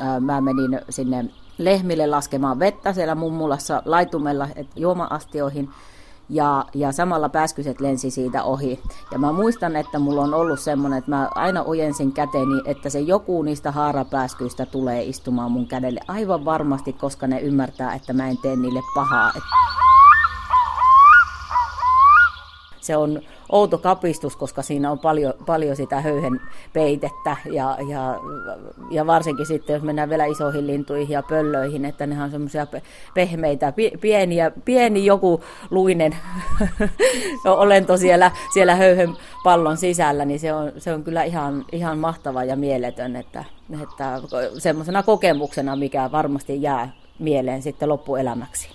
mä menin sinne lehmille laskemaan vettä siellä mummulassa laitumella juoma-astioihin. Ja samalla pääskyset lensi siitä ohi. Ja mä muistan, että mulla on ollut semmoinen, että mä aina ojensin käteni, että se joku niistä haarapääskyistä tulee istumaan mun kädelle. Aivan varmasti, koska ne ymmärtää, että mä en tee niille pahaa. Se on outo kapistus, koska siinä on paljon sitä höyhen peitettä ja varsinkin sitten, jos mennään vielä isoihin lintuihin ja pöllöihin, että ne on semmoisia pehmeitä, pieni joku luinen olento siellä höyhen pallon sisällä, niin se on kyllä ihan mahtava ja mieletön, että semmoisena kokemuksena, mikä varmasti jää mieleen sitten loppuelämäksi.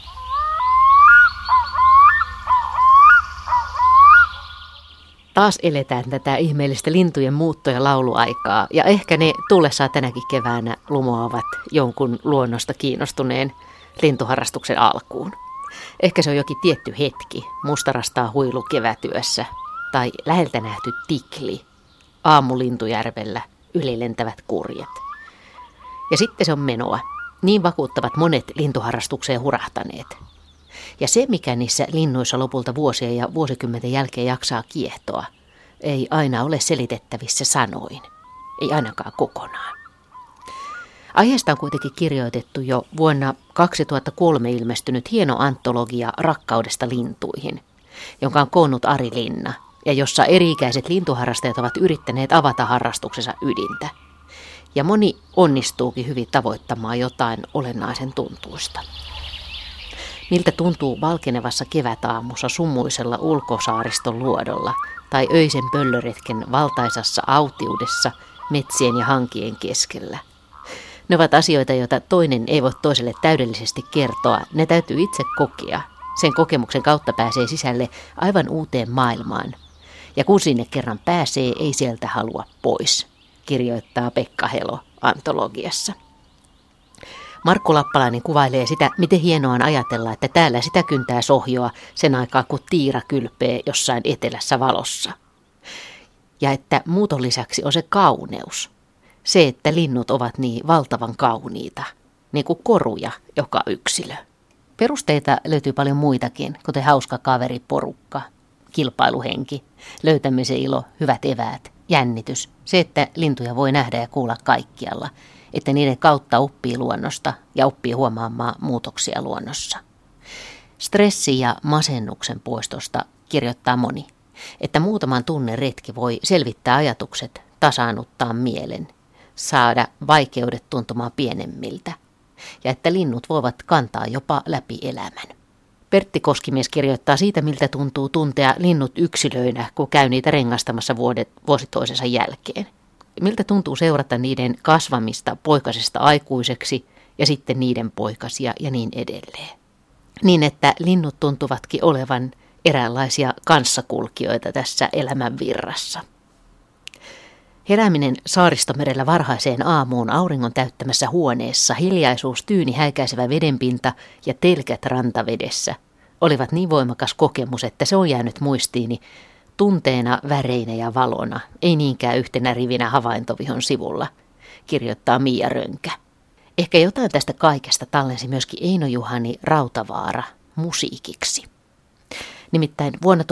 Taas eletään tätä ihmeellistä lintujen muutto- ja lauluaikaa, ja ehkä ne tullessaan tänäkin keväänä lumoavat jonkun luonnosta kiinnostuneen lintuharrastuksen alkuun. Ehkä se on jokin tietty hetki, mustarastaa huilu kevätyössä, tai läheltä nähty tikli, aamulintujärvellä ylilentävät kurjet. Ja sitten se on menoa. Niin vakuuttavat monet lintuharrastukseen hurahtaneet. Ja se, mikä niissä linnuissa lopulta vuosien ja vuosikymmenten jälkeen jaksaa kiehtoa, ei aina ole selitettävissä sanoin. Ei ainakaan kokonaan. Aiheesta on kuitenkin kirjoitettu jo vuonna 2003 ilmestynyt hieno antologia Rakkaudesta lintuihin, jonka on koonnut Ari Linna, ja jossa eri-ikäiset lintuharrastajat ovat yrittäneet avata harrastuksensa ydintä. Ja moni onnistuukin hyvin tavoittamaan jotain olennaisen tuntuista. Miltä tuntuu valkenevassa kevätaamussa sumuisella ulkosaariston luodolla tai öisen pöllöretken valtaisassa autiudessa metsien ja hankien keskellä? Ne ovat asioita, joita toinen ei voi toiselle täydellisesti kertoa. Ne täytyy itse kokea. Sen kokemuksen kautta pääsee sisälle aivan uuteen maailmaan. Ja kun sinne kerran pääsee, ei sieltä halua pois, kirjoittaa Pekka Helo antologiassa. Markku Lappalainen kuvailee sitä, miten hienoa on ajatella, että täällä sitä kyntää sohjoa sen aikaa, kun tiira kylpee jossain etelässä valossa. Ja että muuton lisäksi on se kauneus. Se, että linnut ovat niin valtavan kauniita, niin kuin koruja joka yksilö. Perusteita löytyy paljon muitakin, kuten hauska kaveriporukka, kilpailuhenki, löytämisen ilo, hyvät eväät, jännitys. Se, että lintuja voi nähdä ja kuulla kaikkialla. Että niiden kautta oppii luonnosta ja oppii huomaamaan muutoksia luonnossa. Stressi ja masennuksen poistosta kirjoittaa moni, että muutaman tunnin retki voi selvittää ajatukset, tasaannuttaa mielen, saada vaikeudet tuntumaan pienemmiltä, ja että linnut voivat kantaa jopa läpi elämän. Pertti Koskimies kirjoittaa siitä, miltä tuntuu tuntea linnut yksilöinä, kun käy niitä rengastamassa vuosi toisensa jälkeen. Miltä tuntuu seurata niiden kasvamista poikasesta aikuiseksi ja sitten niiden poikasia ja niin edelleen. Niin, että linnut tuntuvatkin olevan eräänlaisia kanssakulkijoita tässä elämän virrassa. Herääminen Saaristomerellä varhaiseen aamuun auringon täyttämässä huoneessa, hiljaisuus, tyyni häikäisevä vedenpinta ja telkät rantavedessä olivat niin voimakas kokemus, että se on jäänyt muistiini tunteena, väreinä ja valona, ei niinkään yhtenä rivinä havaintovihon sivulla, kirjoittaa Mia Rönkä. Ehkä jotain tästä kaikesta tallensi myöskin Eino-Juhani Rautavaara musiikiksi. Nimittäin vuonna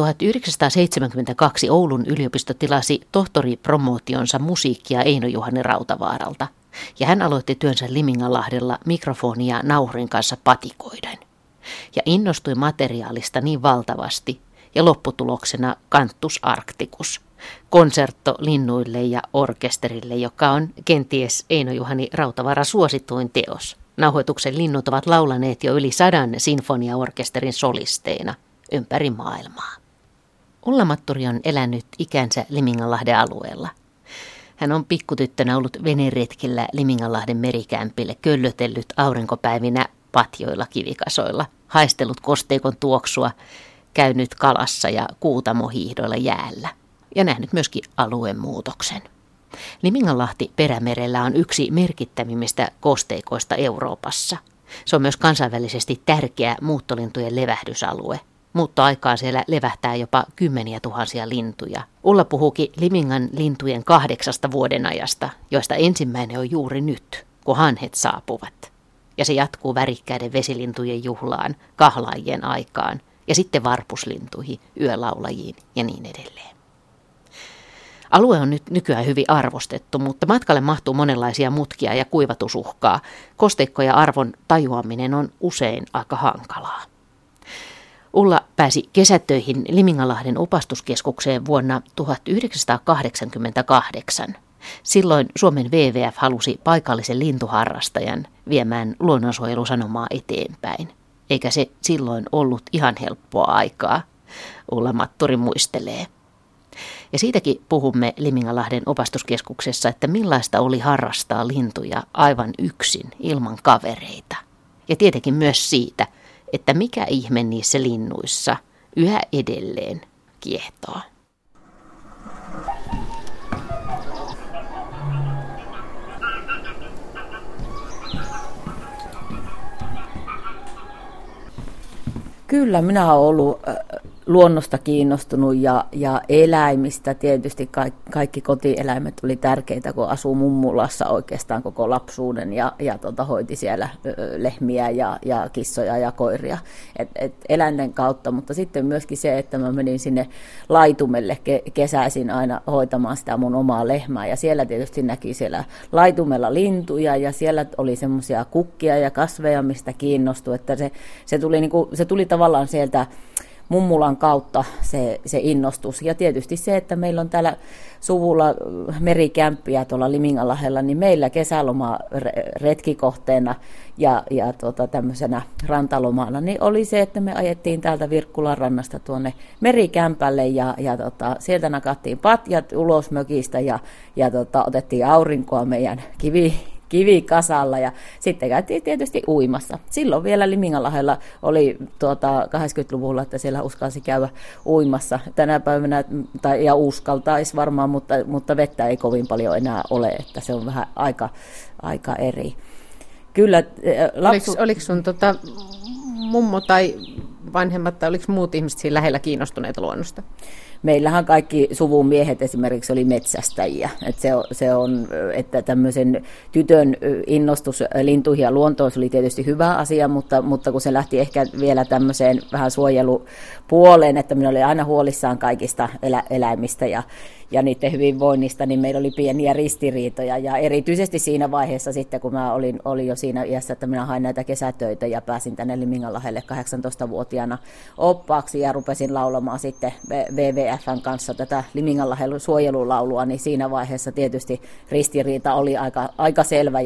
1972 Oulun yliopisto tilasi tohtoripromootionsa musiikkia Eino-Juhani Rautavaaralta, ja hän aloitti työnsä Liminganlahdella mikrofonia ja nauhurin kanssa patikoiden. Ja innostui materiaalista niin valtavasti, ja lopputuloksena Cantus Arcticus, konsertto linnuille ja orkesterille, joka on kenties Eino-Juhani Rautavaaran suosituin teos. Nauhoituksen linnut ovat laulaneet jo yli 100 sinfoniaorkesterin solisteina ympäri maailmaa. Ulla Matturi on elänyt ikänsä Liminganlahden alueella. Hän on pikkutyttönä ollut veneretkellä Liminganlahden merikämpille, köllötellyt aurinkopäivinä patjoilla kivikasoilla, haistellut kosteikon tuoksua, käynyt kalassa ja kuutamohiihdoilla jäällä ja nähnyt myöskin alueen muutoksen. Liminganlahti Perämerellä on yksi merkittävimmistä kosteikoista Euroopassa. Se on myös kansainvälisesti tärkeä muuttolintujen levähdysalue. Muuttoaikaan siellä levähtää jopa 10 000 lintuja. Ulla puhuukin Limingan lintujen 8 vuodenajasta, joista ensimmäinen on juuri nyt. kun hanhet saapuvat. Ja se jatkuu värikkäiden vesilintujen juhlaan, kahlaajien aikaan ja sitten varpuslintuihin, yölaulajiin ja niin edelleen. Alue on nyt nykyään hyvin arvostettu, mutta matkalle mahtuu monenlaisia mutkia ja kuivatusuhkaa. Kosteikko ja arvon tajuaminen on usein aika hankalaa. Ulla pääsi kesätöihin Liminganlahden opastuskeskukseen vuonna 1988. Silloin Suomen WWF halusi paikallisen lintuharrastajan viemään luonnonsuojelusanomaa eteenpäin. Eikä se silloin ollut ihan helppoa aikaa, Ulla Matturi muistelee. Ja siitäkin puhumme Liminganlahden opastuskeskuksessa, että millaista oli harrastaa lintuja aivan yksin ilman kavereita. Ja tietenkin myös siitä, että mikä ihme niissä linnuissa yhä edelleen kiehtoo. Kyllä, minä olen ollut luonnosta kiinnostunut ja eläimistä. Tietysti kaikki kotieläimet oli tärkeitä, kun asuu mummulassa oikeastaan koko lapsuuden ja hoiti siellä lehmiä ja kissoja ja koiria et eläinten kautta. Mutta sitten myöskin se, että mä menin sinne laitumelle kesäisin aina hoitamaan sitä mun omaa lehmää. Ja siellä tietysti näki siellä laitumella lintuja ja siellä oli semmoisia kukkia ja kasveja, mistä kiinnostui. Että se tuli tavallaan sieltä mummulan kautta se innostus. Ja tietysti se, että meillä on täällä suvulla merikämppiä tuolla Liminganlahdella, niin meillä kesäloma retkikohteena ja tämmöisenä rantalomana, niin oli se, että me ajettiin täältä Virkkulan rannasta tuonne merikämpälle ja sieltä nakattiin patjat ulos mökistä ja otettiin aurinkoa meidän kivikasalla ja sitten käytiin tietysti uimassa. Silloin vielä Liminganlahdella oli 80-luvulla, että siellä uskalsi käydä uimassa. Tänä päivänä, ja uskaltaisi varmaan, mutta vettä ei kovin paljon enää ole, että se on vähän aika eri. Kyllä, Oliko sun mummo tai vanhemmat tai oliko muut ihmiset siinä lähellä kiinnostuneita luonnosta? Meillähän kaikki suvun miehet esimerkiksi oli metsästäjiä. Että tämmöisen tytön innostus lintuihin ja luontoon oli tietysti hyvä asia, mutta kun se lähti ehkä vielä tämmöiseen vähän suojelupuoleen, että minä olin aina huolissaan kaikista eläimistä ja niiden hyvinvoinnista, niin meillä oli pieniä ristiriitoja. Ja erityisesti siinä vaiheessa sitten, kun mä olin jo siinä iässä, että minä hain näitä kesätöitä ja pääsin tänne Liminganlahdelle 18-vuotiaana oppaaksi ja rupesin laulamaan sitten WWF:n kanssa tätä Liminganlahden suojelulaulua, niin siinä vaiheessa tietysti ristiriita oli aika selvä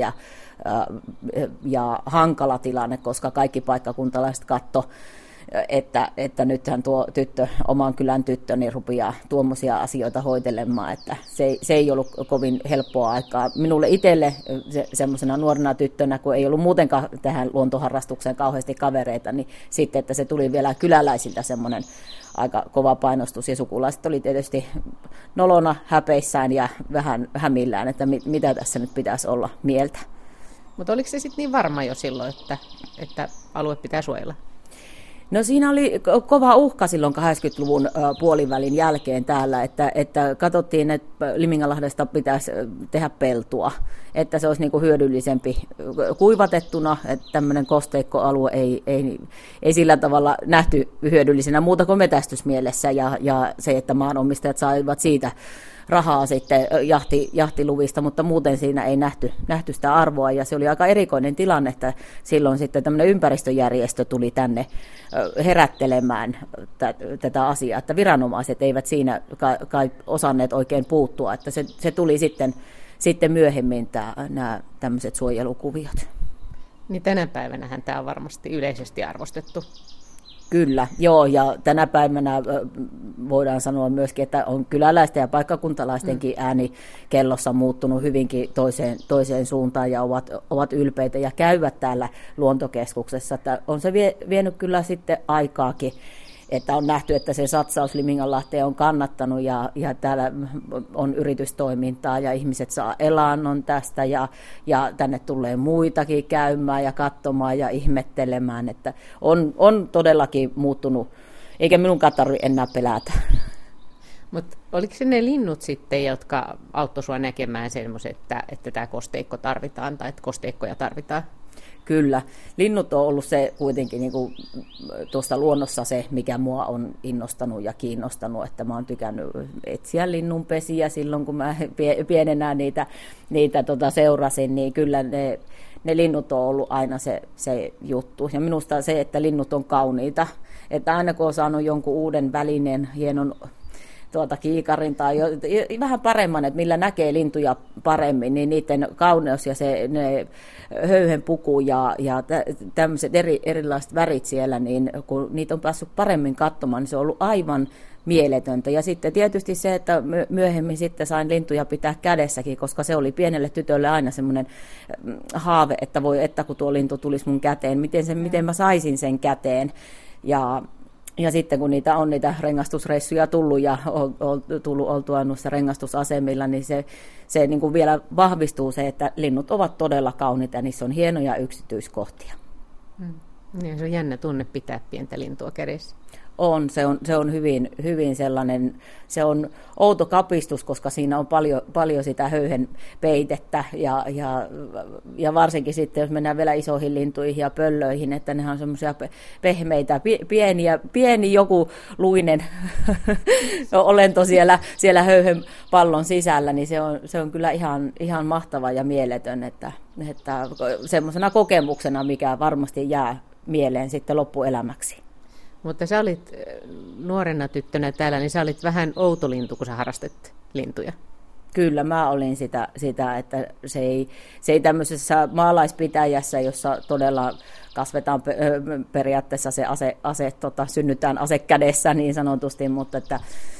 ja hankala tilanne, se kaikki paikkakuntalaiset katto, että nythän tuo oman kylän tyttö niin rupeaa tuommoisia asioita hoitelemaan, että se ei ollut kovin helppoa aikaa. Minulle itselle semmoisena nuorena tyttönä, kun ei ollut muutenkaan tähän luontoharrastukseen kauheasti kavereita, niin sitten, että se tuli vielä kyläläisiltä semmoinen aika kova painostus, ja sukulaiset oli tietysti nolona häpeissään ja vähän hämillään, että mitä tässä nyt pitäisi olla mieltä. Mutta oliko se sitten niin varma jo silloin, että alue pitää suojella? No siinä oli kova uhka silloin 80-luvun puolivälin jälkeen täällä, että katsottiin, että Liminganlahdesta pitäisi tehdä peltoa, että se olisi niin kuin hyödyllisempi kuivatettuna, että tämmöinen kosteikkoalue ei sillä tavalla nähty hyödyllisenä muuta kuin metästysmielessä ja se, että maanomistajat saivat siitä rahaa sitten jahtiluvista, mutta muuten siinä ei nähty sitä arvoa, ja se oli aika erikoinen tilanne, että silloin sitten tämmöinen ympäristöjärjestö tuli tänne herättelemään tätä asiaa, että viranomaiset eivät siinä kai osanneet oikein puuttua, että se tuli sitten myöhemmin nämä tämmöiset suojelukuviot. Niin tänä päivänähän tämä on varmasti yleisesti arvostettu. Kyllä, joo, ja tänä päivänä voidaan sanoa myöskin, että on kyläläisten ja paikkakuntalaistenkin ääni kellossa muuttunut hyvinkin toiseen suuntaan ja ovat ylpeitä ja käyvät täällä luontokeskuksessa. Että on se vienyt kyllä sitten aikaakin, että on nähty, että se satsaus Liminganlahteen on kannattanut ja täällä on yritystoimintaa ja ihmiset saa elannon tästä ja tänne tulee muitakin käymään ja katsomaan ja ihmettelemään, että on todellakin muuttunut, eikä minunkaan tarvitse enää pelätä. Mutta oliko se ne linnut sitten, jotka auttoi sinua näkemään semmoisen, että tämä kosteikko tarvitaan tai että kosteikkoja tarvitaan? Kyllä. Linnut on ollut se kuitenkin niin kuin tuosta luonnossa se, mikä mua on innostanut ja kiinnostanut, että mä oon tykännyt etsiä linnunpesiä silloin, kun mä pienenä niitä seurasin, niin kyllä ne linnut on ollut aina se juttu. Ja minusta se, että linnut on kauniita, että aina kun on saanut jonkun uuden välineen, hienon kiikarin tai vähän paremman, että millä näkee lintuja paremmin, niin niiden kauneus ja ne höyhenpuku ja tämmöiset erilaiset värit siellä, niin kun niitä on päässyt paremmin katsomaan, niin se on ollut aivan mieletöntä. Ja sitten tietysti se, että myöhemmin sitten sain lintuja pitää kädessäkin, koska se oli pienelle tytölle aina semmoinen haave, että voi, että kun tuo lintu tulisi mun käteen, miten mä saisin sen käteen. Ja sitten kun niitä rengastusreissuja tullut ja on tullut oltua noissa rengastusasemilla, niin se niin kuin vielä vahvistuu se, että linnut ovat todella kauniita ja niissä on hienoja yksityiskohtia. Niin, se on jännä tunne pitää pientä lintua kädessä. Se on hyvin sellainen, se on outo kapistus, koska siinä on paljon sitä höyhen peitettä ja varsinkin sitten, jos mennään vielä isoihin lintuihin ja pöllöihin, että ne on semmoisia pehmeitä, pieni joku luinen olento siellä höyhen pallon sisällä, niin se on kyllä ihan mahtava ja mieletön, että semmoisena kokemuksena, mikä varmasti jää mieleen sitten loppuelämäksi. Mutta sä olit nuorena tyttönä täällä, niin sä olit vähän outo lintu, kun sä harrastat lintuja. Kyllä, mä olin sitä että se ei tämmöisessä maalaispitäjässä, jossa todella kasvetaan periaatteessa se synnytään ase kädessä niin sanotusti, mutta että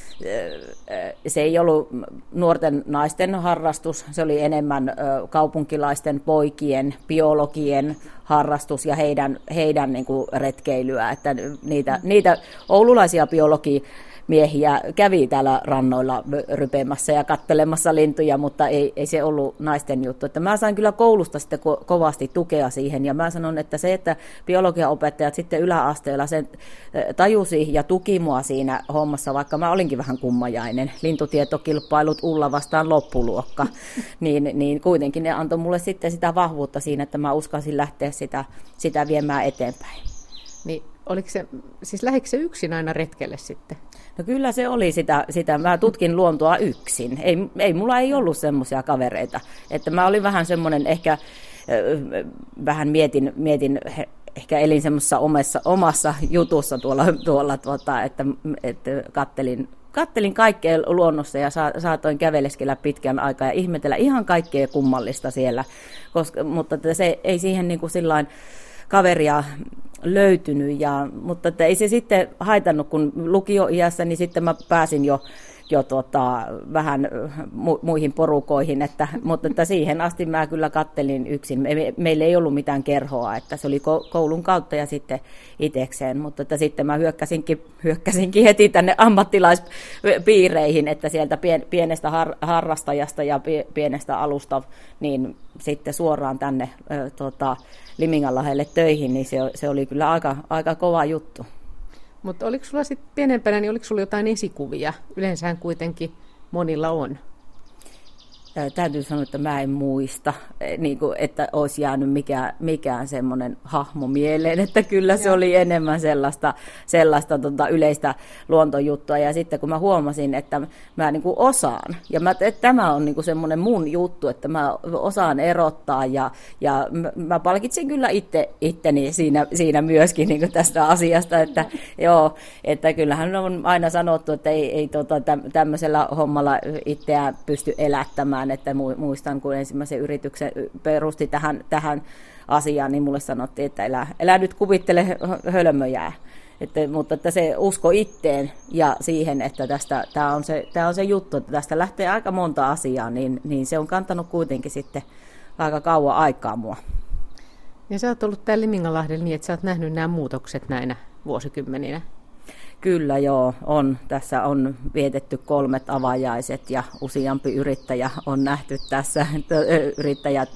se ei ollut nuorten naisten harrastus, se oli enemmän kaupunkilaisten poikien, biologien harrastus ja heidän niin kuin retkeilyä, että niitä oululaisia biologimiehiä kävi täällä rannoilla rypemässä ja kattelemassa lintuja, mutta ei se ollut naisten juttu. Että mä sain kyllä koulusta sitten kovasti tukea siihen, ja mä sanon, että se, että biologiaopettajat sitten yläasteella sen tajusi ja tuki mua siinä hommassa, vaikka mä olinkin vähän kummajainen, lintutietokilpailut Ulla vastaan loppuluokka, niin kuitenkin ne antoi mulle sitten sitä vahvuutta siinä, että mä uskalsin lähteä sitä viemään eteenpäin. Niin lähdikö se yksin aina retkelle sitten? No kyllä se oli sitä. Mä tutkin luontoa yksin. Ei mulla ei ollut semmoisia kavereita. Että mä olin vähän semmoinen, ehkä vähän mietin ehkä elin semmoisessa omassa jutussa että kattelin kaikkea luonnossa ja saatoin käveleskellä pitkän aikaa ja ihmetellä ihan kaikkea kummallista siellä, mutta se ei siihen niin kuin sillain kaveria löytynyt, mutta että ei se sitten haitannut, kun lukioiässä, niin sitten mä pääsin jo vähän muihin porukoihin, mutta että siihen asti mä kyllä kattelin yksin. Meillä ei ollut mitään kerhoa, että se oli koulun kautta ja sitten itsekseen, mutta että sitten mä hyökkäsinkin heti tänne ammattilaispiireihin, että sieltä pienestä harrastajasta ja pienestä alusta, niin sitten suoraan tänne Liminganlahdelle töihin, niin se oli kyllä aika kova juttu. Mutta oliko sulla sitten pienempänä, niin oliko sulla jotain esikuvia? Yleensähän kuitenkin monilla on. Täytyy sanoa, että mä en muista, niin kuin, että olisi jäänyt mikään semmoinen hahmo mieleen, että kyllä se oli enemmän sellaista yleistä luontojuttua. Ja sitten kun mä huomasin, että mä niin kuin osaan, ja että tämä on niin kuin semmoinen mun juttu, että mä osaan erottaa, ja mä palkitsin kyllä itteni siinä myöskin niin kuin tästä asiasta, että joo, että kyllähän on aina sanottu, että ei tämmöisellä hommalla itseään pysty elättämään. Että muistan, kun ensimmäisen yrityksen perusti tähän asiaan, niin mulle sanottiin, että älä nyt kuvittele hölmöjää. Mutta että se usko itteen ja siihen, että tämä on se juttu, että tästä lähtee aika monta asiaa, niin se on kantanut kuitenkin sitten aika kauan aikaa mua. Ja sä oot ollut täällä Liminganlahdella niin, että sä oot nähnyt nämä muutokset näinä vuosikymmeninä. Kyllä joo, tässä on vietetty 3 avajaiset ja useampi yrittäjä on nähty tässä yrittäjät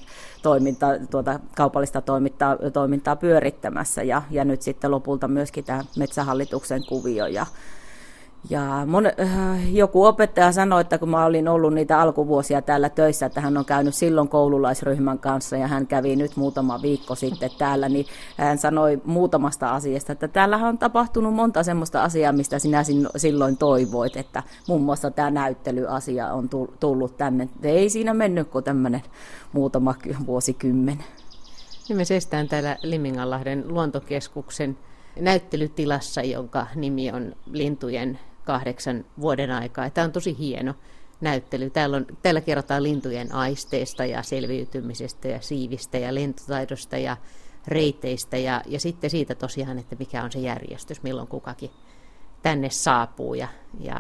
kaupallista toimintaa pyörittämässä ja nyt sitten lopulta myöskin tämä Metsähallituksen kuvio Ja joku opettaja sanoi, että kun mä olin ollut niitä alkuvuosia täällä töissä, että hän on käynyt silloin koululaisryhmän kanssa ja hän kävi nyt muutama viikko sitten täällä, niin hän sanoi muutamasta asiasta, että täällähän on tapahtunut monta semmoista asiaa, mistä sinä silloin toivoit, että muun muassa tämä näyttelyasia on tullut tänne. Ei siinä mennyt kuin tämmöinen muutama vuosikymmen. Niin me seistään täällä Liminganlahden luontokeskuksen näyttelytilassa, jonka nimi on Lintujen 8 vuoden aikaa. Tämä on tosi hieno näyttely. Täällä kerrotaan lintujen aisteista ja selviytymisestä ja siivistä ja lentotaidosta ja reiteistä ja sitten siitä tosiaan, että mikä on se järjestys, milloin kukakin tänne saapuu. Ja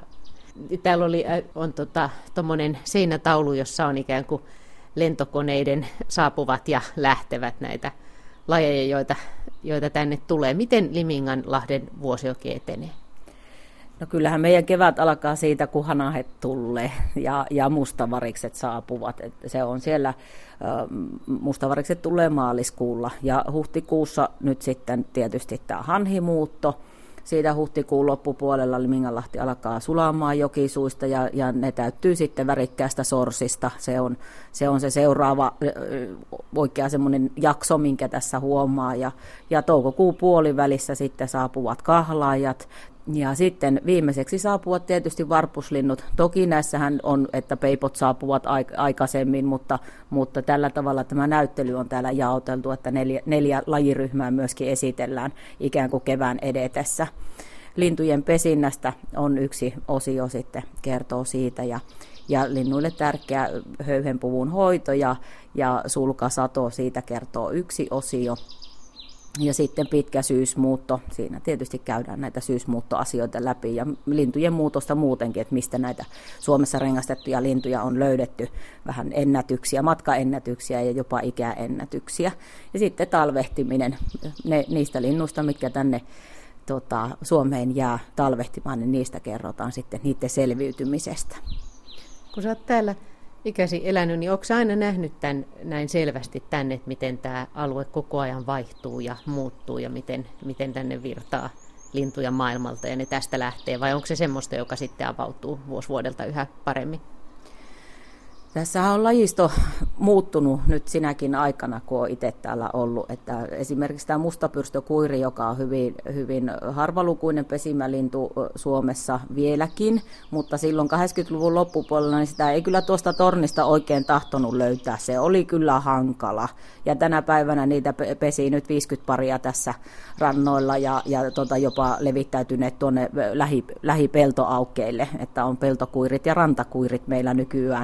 täällä on tommonen seinätaulu, jossa on ikään kuin lentokoneiden saapuvat ja lähtevät näitä lajeja, joita tänne tulee. Miten Liminganlahden vuosi oikein etenee? No kyllähän meidän kevät alkaa siitä, kun hanahet tulee ja mustavarikset saapuvat. Että se on siellä, mustavarikset tulee maaliskuulla ja huhtikuussa nyt sitten tietysti tämä hanhimuutto. Siitä huhtikuun loppupuolella Liminganlahti alkaa sulamaan jokisuista ja ne täyttyy sitten värikkäästä sorsista. Se on se seuraava oikea semmoinen jakso, minkä tässä huomaa. Ja toukokuun puolivälissä sitten saapuvat kahlaajat. Ja sitten viimeiseksi saapuvat tietysti varpuslinnut. Toki näissähän on, että peipot saapuvat aikaisemmin, mutta tällä tavalla tämä näyttely on täällä jaoteltu, että 4 lajiryhmää myöskin esitellään ikään kuin kevään edetessä. Lintujen pesinnästä on yksi osio sitten, kertoo siitä, ja linnuille tärkeä höyhenpuvun hoito ja sulkasato, siitä kertoo yksi osio. Ja sitten pitkä syysmuutto, siinä tietysti käydään näitä syysmuuttoasioita läpi ja lintujen muutosta muutenkin, että mistä näitä Suomessa rengastettuja lintuja on löydetty, vähän ennätyksiä, matkaennätyksiä ja jopa ikäennätyksiä. Ja sitten talvehtiminen, niistä linnuista, mitkä tänne Suomeen jää talvehtimaan, niin niistä kerrotaan sitten niiden selviytymisestä. Kun sä oot täällä ikäsi elänyt, niin onko aina nähnyt näin selvästi tänne, että miten tämä alue koko ajan vaihtuu ja muuttuu ja miten tänne virtaa lintuja maailmalta ja ne tästä lähtee, vai onko se semmoista, joka sitten avautuu vuosi vuodelta yhä paremmin? Tässä on lajisto muuttunut nyt sinäkin aikana, kun olen itse täällä ollut. Että esimerkiksi tämä mustapyrstökuiri, joka on hyvin harvalukuinen pesimälintu Suomessa vieläkin, mutta silloin 80-luvun loppupuolella niin sitä ei kyllä tuosta tornista oikein tahtonut löytää. Se oli kyllä hankala. Ja tänä päivänä niitä pesii nyt 50 paria tässä rannoilla ja jopa levittäytyneet tuonne lähipeltoaukkeille, että on peltokuirit ja rantakuirit meillä nykyään.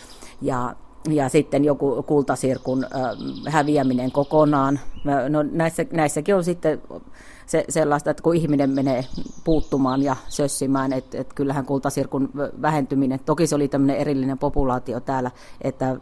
Ja sitten joku kultasirkun häviäminen kokonaan. No näissäkin on sitten sellaista, että kun ihminen menee puuttumaan ja sössimään, että kyllähän kultasirkun vähentyminen, toki se oli tämmöinen erillinen populaatio täällä, että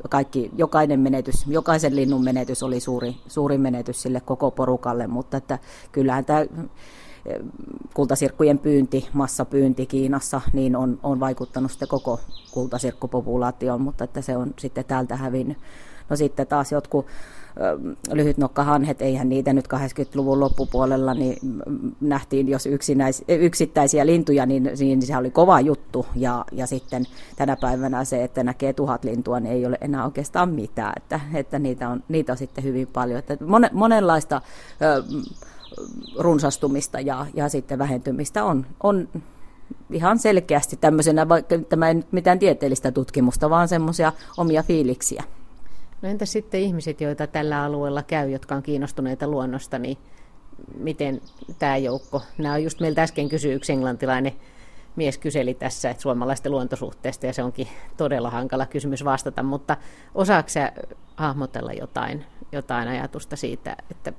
jokaisen linnun menetys oli suuri menetys sille koko porukalle, mutta että kyllähän tämä kultasirkkujen massapyynti Kiinassa, niin on vaikuttanut sitten koko kultasirkkupopulaatioon, mutta että se on sitten täältä hävinnyt. No sitten taas jotkut lyhytnokkahanhet, eihän niitä nyt 80-luvun loppupuolella, niin nähtiin, jos yksittäisiä lintuja, niin se oli kova juttu. Ja sitten tänä päivänä se, että näkee 1000 lintua, niin ei ole enää oikeastaan mitään, että niitä on sitten hyvin paljon. Että monenlaista runsastumista ja sitten vähentymistä on ihan selkeästi tämmöisenä, vaikka tämä ei nyt mitään tieteellistä tutkimusta, vaan semmoisia omia fiiliksiä. No entä sitten ihmiset, joita tällä alueella käy, jotka on kiinnostuneita luonnosta, niin miten tämä joukko? Nämä on just meiltä äsken kysyi yksi englantilainen mies kyseli tässä, että suomalaisten luontosuhteesta, ja se onkin todella hankala kysymys vastata, mutta osaatko sä hahmotella jotain ajatusta siitä, että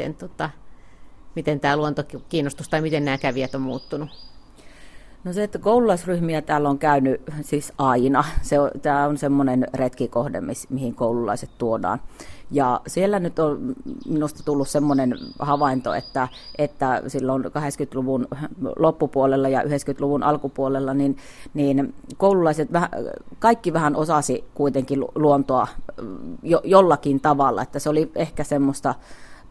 miten tämä luontokiinnostus tai miten nämä kävijät on muuttunut? No se, että koululaisryhmiä täällä on käynyt siis aina. Tämä on semmoinen retkikohde, mihin koululaiset tuodaan. Ja siellä nyt on minusta tullut semmoinen havainto, että silloin 80-luvun loppupuolella ja 90-luvun alkupuolella niin koululaiset kaikki vähän osasi kuitenkin luontoa jollakin tavalla. Että se oli ehkä semmoista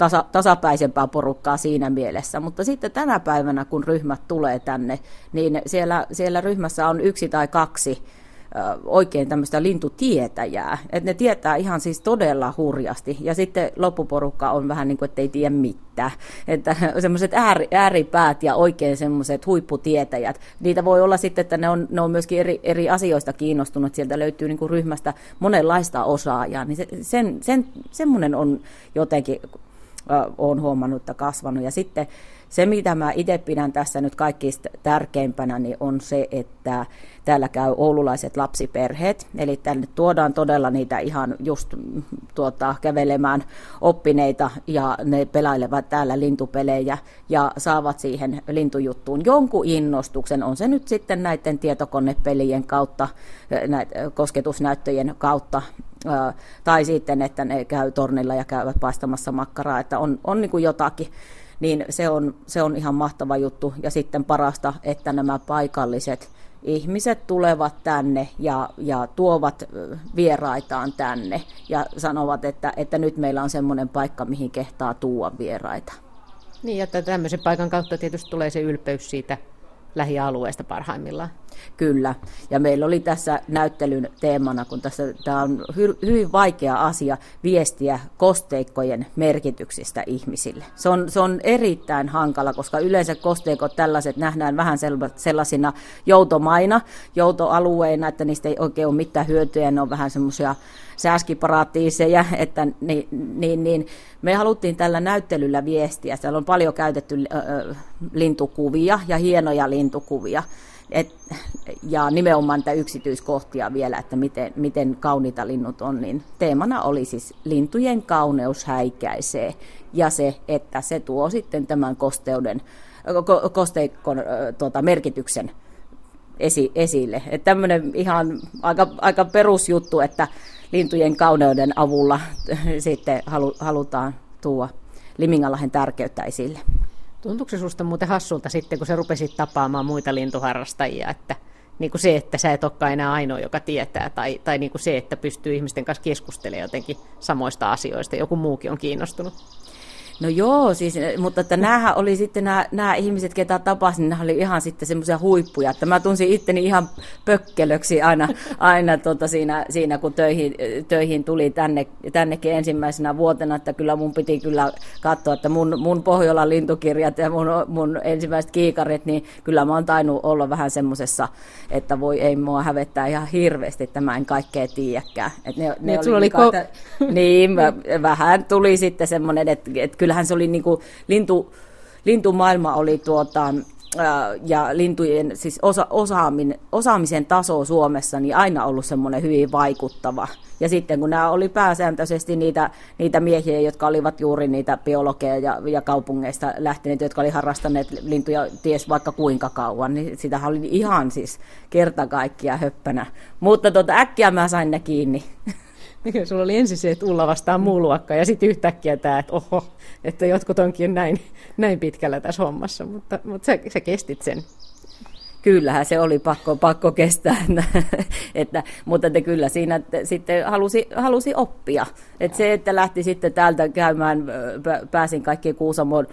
tasapäisempää porukkaa siinä mielessä. Mutta sitten tänä päivänä, kun ryhmät tulee tänne, niin siellä ryhmässä on 1 tai 2 oikein tämmöistä lintutietäjää, että ne tietää ihan siis todella hurjasti, ja sitten loppuporukka on vähän niin kuin, että ei tiedä mitään, että semmoiset ääripäät ja oikein semmoiset huipputietäjät, niitä voi olla sitten, että ne on myöskin eri asioista kiinnostunut, sieltä löytyy niin kuin ryhmästä monenlaista osaajaa, niin semmoinen on jotenkin, olen huomannut, että kasvanut, ja sitten se, mitä mä itse pidän tässä nyt kaikista tärkeimpänä, niin on se, että täällä käy oululaiset lapsiperheet, eli tänne tuodaan todella niitä ihan just kävelemään oppineita, ja ne pelailevat täällä lintupelejä ja saavat siihen lintujuttuun jonkun innostuksen, on se nyt sitten näiden tietokonepelien kautta, kosketusnäyttöjen kautta, tai sitten, että ne käy tornilla ja käyvät paistamassa makkaraa, että on niin kuin jotakin. Niin se on ihan mahtava juttu. Ja sitten parasta, että nämä paikalliset ihmiset tulevat tänne ja tuovat vieraitaan tänne ja sanovat, että nyt meillä on semmoinen paikka, mihin kehtaa tuoda vieraita. Niin, että tämmöisen paikan kautta tietysti tulee se ylpeys siitä lähialueesta parhaimmillaan. Kyllä, ja meillä oli tässä näyttelyn teemana, kun tämä on hyvin vaikea asia viestiä kosteikkojen merkityksistä ihmisille. Se on erittäin hankala, koska yleensä kosteikot tällaiset nähdään vähän sellaisina joutoalueina, että niistä ei oikein ole mitään hyötyä, ne on vähän semmoisia sääskiparatiiseja, että niin me haluttiin tällä näyttelyllä viestiä. Siellä on paljon käytetty lintukuvia ja hienoja lintukuvia. Ja nimenomaan niitä yksityiskohtia vielä, että miten kauniita linnut on, niin teemana oli siis lintujen kauneus häikäisee ja se, että se tuo sitten tämän kosteikon merkityksen esille. Että tämmöinen ihan aika perusjuttu, että lintujen kauneuden avulla sitten halutaan tuoda Liminganlahden tärkeyttä esille. Tuntuuko se susta muuten hassulta sitten, kun sä rupesit tapaamaan muita lintuharrastajia, että niin kuin se, että sä et olekaan enää ainoa, joka tietää, tai niin kuin se, että pystyy ihmisten kanssa keskustelemaan jotenkin samoista asioista, joku muukin on kiinnostunut? No joo, siis, mutta että näähän oli sitten nämä ihmiset, ketä tapasin, nämä oli ihan sitten semmoisia huippuja, että mä tunsin itteni ihan pökkelöksi aina siinä kun töihin tuli tännekin ensimmäisenä vuotena, että kyllä mun piti kyllä katsoa, että mun Pohjolan lintukirjat ja mun ensimmäiset kiikarit, niin kyllä mä oon tainnut olla vähän semmoisessa, että voi ei mua hävettää ihan hirveästi, että mä en kaikkea tiedäkään. Niin, vähän tuli sitten semmoinen, että kyllähän se oli niin kuin lintumaailma oli ja lintujen siis osaamisen taso Suomessa niin aina ollut semmoinen hyvin vaikuttava. Ja sitten kun nämä oli pääsääntöisesti niitä miehiä, jotka olivat juuri niitä biologeja ja kaupungeista lähteneet, jotka oli harrastaneet lintuja ties vaikka kuinka kauan, niin sitähän oli ihan siis kerta kaikkiaan höppänä. Mutta äkkiä mä sain ne kiinni. Mikä sulla oli ensin se, että Ulla vastaan muu luokka, ja sitten yhtäkkiä tämä, että oho, että jotkut onkin näin pitkällä tässä hommassa, mutta sä kestit sen. Kyllähän se oli pakko kestää, mutta kyllä siinä sitten halusi oppia. Että se, että lähti sitten täältä käymään, pääsin kaikkiin Kuusamon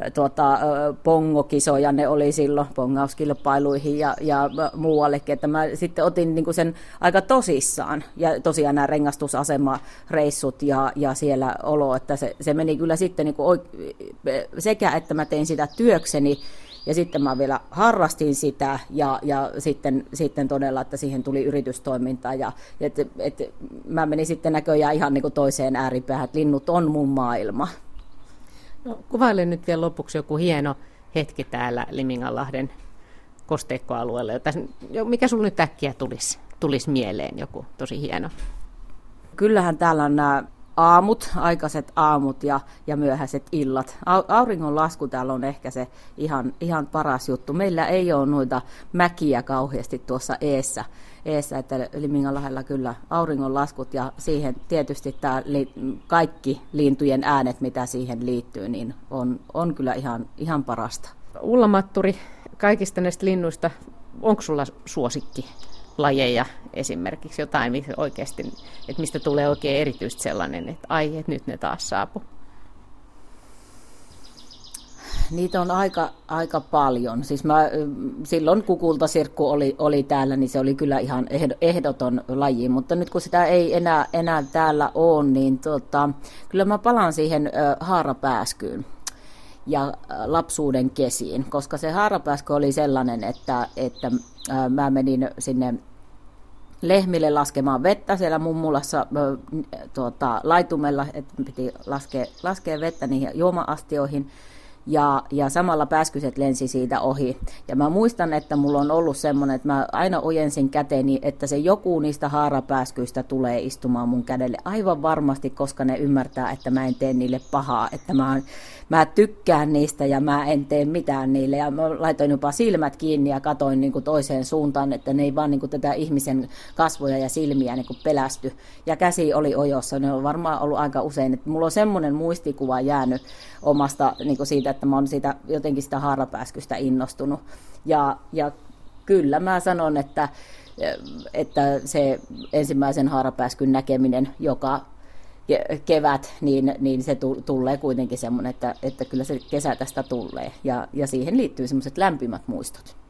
pongokisoja, ne oli silloin pongauskilpailuihin ja muuallekin, että mä sitten otin niinku sen aika tosissaan. Ja tosiaan nämä rengastusasemareissut ja siellä olo, että se meni kyllä sitten niinku sekä, että mä tein sitä työkseni, ja sitten mä vielä harrastin sitä ja sitten todella, että siihen tuli yritystoimintaa ja että mä menin sitten näköjään ihan niin kuin toiseen ääripäähän, että linnut on mun maailma. No, kuvaile nyt vielä lopuksi joku hieno hetki täällä Liminganlahden kosteikkoalueella. Mikä sulla nyt äkkiä tulisi mieleen, joku tosi hieno? Kyllähän täällä on nämä aikaiset aamut ja myöhäiset illat. Auringonlasku täällä on ehkä se ihan paras juttu. Meillä ei ole noita mäkiä kauheasti tuossa eessä että Liminganlahdella kyllä auringonlaskut ja siihen tietysti tämä kaikki lintujen äänet, mitä siihen liittyy, niin on kyllä ihan parasta. Ulla Matturi, kaikista näistä linnuista, onko sulla suosikki? Lajeja esimerkiksi jotain oikeasti, että mistä tulee oikein erityisesti sellainen, että ai, että nyt ne taas saapuu. Niitä on aika paljon. Siis silloin kun kultasirkku oli täällä, niin se oli kyllä ihan ehdoton laji, mutta nyt kun sitä ei enää täällä ole, niin kyllä mä palaan siihen haarapääskyyn ja lapsuuden kesiin, koska se haarapääsky oli sellainen, että mä menin sinne lehmille laskemaan vettä siellä mummulassa laitumella, että piti laskea vettä niihin juoma-astioihin. Ja samalla pääskyset lensi siitä ohi. Ja mä muistan, että mulla on ollut semmoinen, että mä aina ojensin käteni, että se joku niistä haarapääskyistä tulee istumaan mun kädelle. Aivan varmasti, koska ne ymmärtää, että mä en tee niille pahaa. Että mä tykkään niistä ja mä en tee mitään niille. Ja mä laitoin jopa silmät kiinni ja katoin niin kuin toiseen suuntaan, että ne ei vaan niin kuin tätä ihmisen kasvoja ja silmiä niin kuin pelästy. Ja käsi oli ojossa. Ne on varmaan ollut aika usein. Että mulla on semmoinen muistikuva jäänyt omasta niin kuin siitä, että mä oon jotenkin sitä haarapääskystä innostunut. Ja kyllä mä sanon, että se ensimmäisen haarapääskyn näkeminen joka kevät, niin se tulee kuitenkin semmoinen, että kyllä se kesä tästä tulee. Ja siihen liittyy semmoiset lämpimät muistot.